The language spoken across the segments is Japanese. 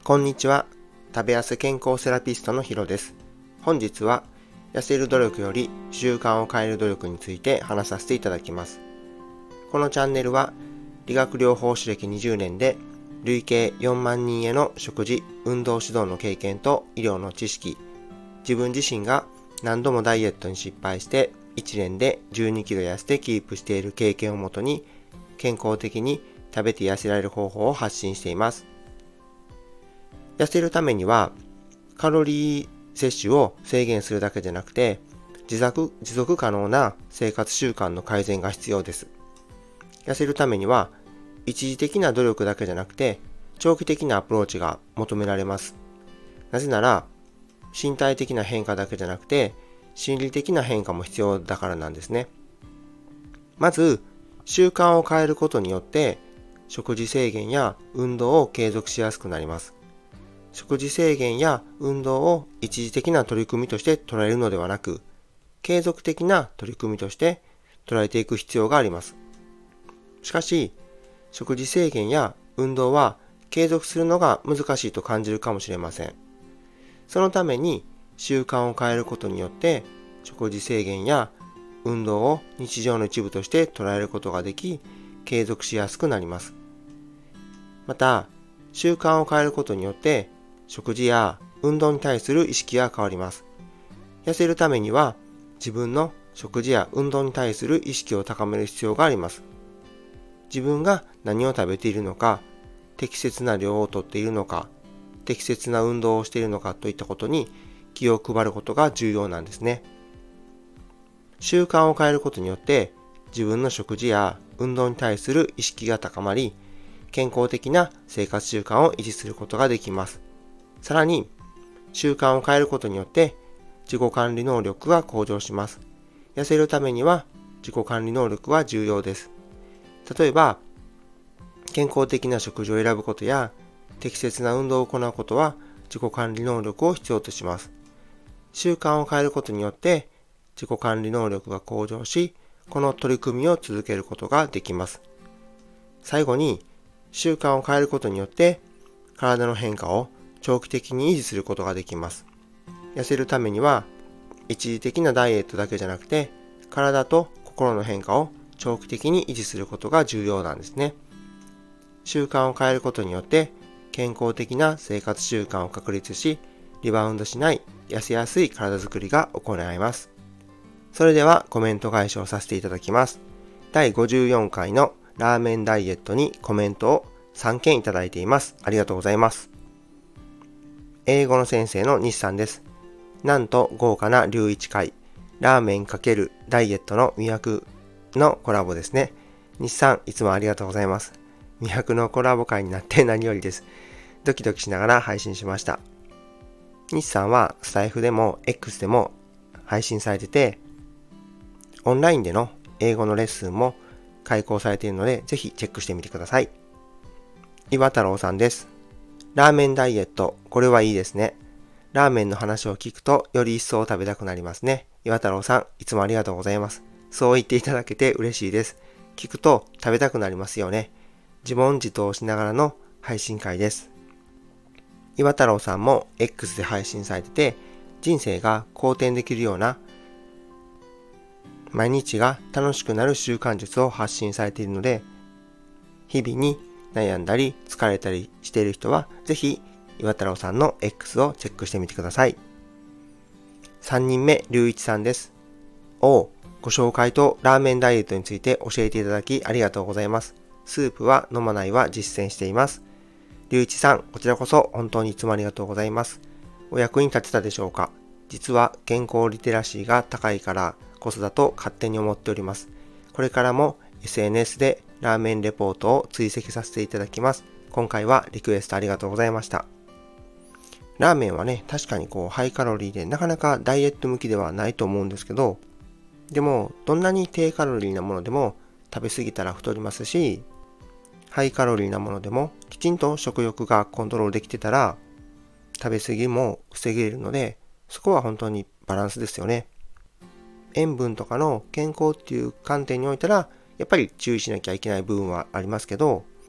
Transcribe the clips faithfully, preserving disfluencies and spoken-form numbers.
こんにちは。食べやす健康セラピストのヒロです。本日は痩せる努力より習慣を変える努力について話させていただきます。このチャンネルは理学療法士歴にじゅうねんで累計よんまんにんへの食事・運動指導の経験と医療の知識、自分自身が何度もダイエットに失敗していちねんでじゅうにキロ痩せてキープしている経験をもとに健康的に食べて痩せられる方法を発信しています。痩せるためにはカロリー摂取を制限するだけじゃなくて持続、持続可能な生活習慣の改善が必要です。痩せるためには一時的な努力だけじゃなくて長期的なアプローチが求められます。なぜなら身体的な変化だけじゃなくて心理的な変化も必要だからなんですね。まず習慣を変えることによって食事制限や運動を継続しやすくなります。食事制限や運動を一時的な取り組みとして捉えるのではなく、継続的な取り組みとして捉えていく必要があります。しかし、食事制限や運動は継続するのが難しいと感じるかもしれません。そのために習慣を変えることによって、食事制限や運動を日常の一部として捉えることができ、継続しやすくなります。また、習慣を変えることによって、食事や運動に対する意識が変わります。痩せるためには自分の食事や運動に対する意識を高める必要があります。自分が何を食べているのか、適切な量をとっているのか、適切な運動をしているのかといったことに気を配ることが重要なんですね。習慣を変えることによって自分の食事や運動に対する意識が高まり、健康的な生活習慣を維持することができます。さらに、習慣を変えることによって自己管理能力が向上します。痩せるためには自己管理能力は重要です。例えば、健康的な食事を選ぶことや適切な運動を行うことは自己管理能力を必要とします。習慣を変えることによって自己管理能力が向上し、この取り組みを続けることができます。最後に、習慣を変えることによって体の変化を長期的に維持することができます。痩せるためには一時的なダイエットだけじゃなくて体と心の変化を長期的に維持することが重要なんですね。習慣を変えることによって健康的な生活習慣を確立し、リバウンドしない痩せやすい体づくりが行えます。それではコメント返しをさせていただきます。だいごじゅうよんかいのラーメンダイエットにコメントをさんけんいただいています。ありがとうございます。英語の先生の西さんです。なんと豪華な龍一会、ラーメン×ダイエットの魅惑のコラボですね。西さん、いつもありがとうございます。魅惑のコラボ会になって何よりです。ドキドキしながら配信しました。西さんはスタイフでも X でも配信されてて、オンラインでの英語のレッスンも開講されているので、ぜひチェックしてみてください。岩太郎さんです。ラーメンダイエット、これはいいですね。ラーメンの話を聞くとより一層食べたくなりますね。岩太郎さん、いつもありがとうございます。そう言っていただけて嬉しいです。聞くと食べたくなりますよね。自問自答しながらの配信会です。岩太郎さんも X で配信されてて、人生が好転できるような毎日が楽しくなる習慣術を発信されているので、日々に悩んだり疲れたりしている人はぜひ岩太郎さんの X をチェックしてみてください。さんにんめ、龍一さんです。おご紹介とラーメンダイエットについて教えていただきありがとうございます。スープは飲まないは実践しています。龍一さん、こちらこそ本当にいつもありがとうございます。お役に立てたでしょうか？実は健康リテラシーが高いからこそだと勝手に思っております。これからも エスエヌエス でラーメンレポートを追跡させていただきます。今回はリクエストありがとうございました。ラーメンはね、確かにこうハイカロリーでなかなかダイエット向きではないと思うんですけど、でもどんなに低カロリーなものでも食べ過ぎたら太りますし、ハイカロリーなものでもきちんと食欲がコントロールできてたら食べ過ぎも防げるので、そこは本当にバランスですよね。塩分とかの健康っていう観点においたらやっぱり注意しなきゃいけない部分はありますけど、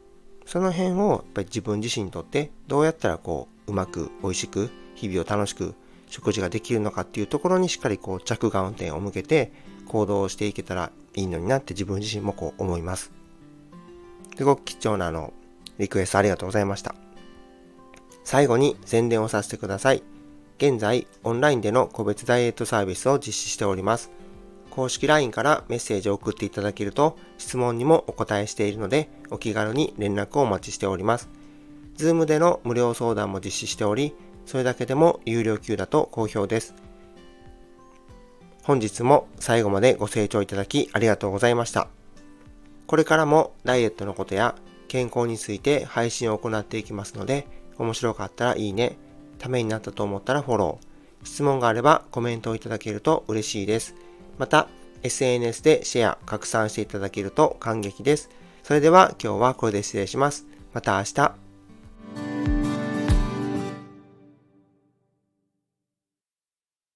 その辺をやっぱり自分自身にとってどうやったらこううまく美味しく日々を楽しく食事ができるのかっていうところにしっかりこう着眼点を向けて行動していけたらいいのになって自分自身もこう思います。すごく貴重なあのリクエストありがとうございました。最後に宣伝をさせてください。現在オンラインでの個別ダイエットサービスを実施しております。公式 ライン からメッセージを送っていただけると質問にもお答えしているのでお気軽に連絡をお待ちしております。Zoom での無料相談も実施しており、それだけでも有料級だと好評です。本日も最後までご清聴いただきありがとうございました。これからもダイエットのことや健康について配信を行っていきますので、面白かったらいいね、ためになったと思ったらフォロー、質問があればコメントをいただけると嬉しいです。また エスエヌエス でシェア、拡散していただけると感激です。それでは今日はこれで失礼します。また明日。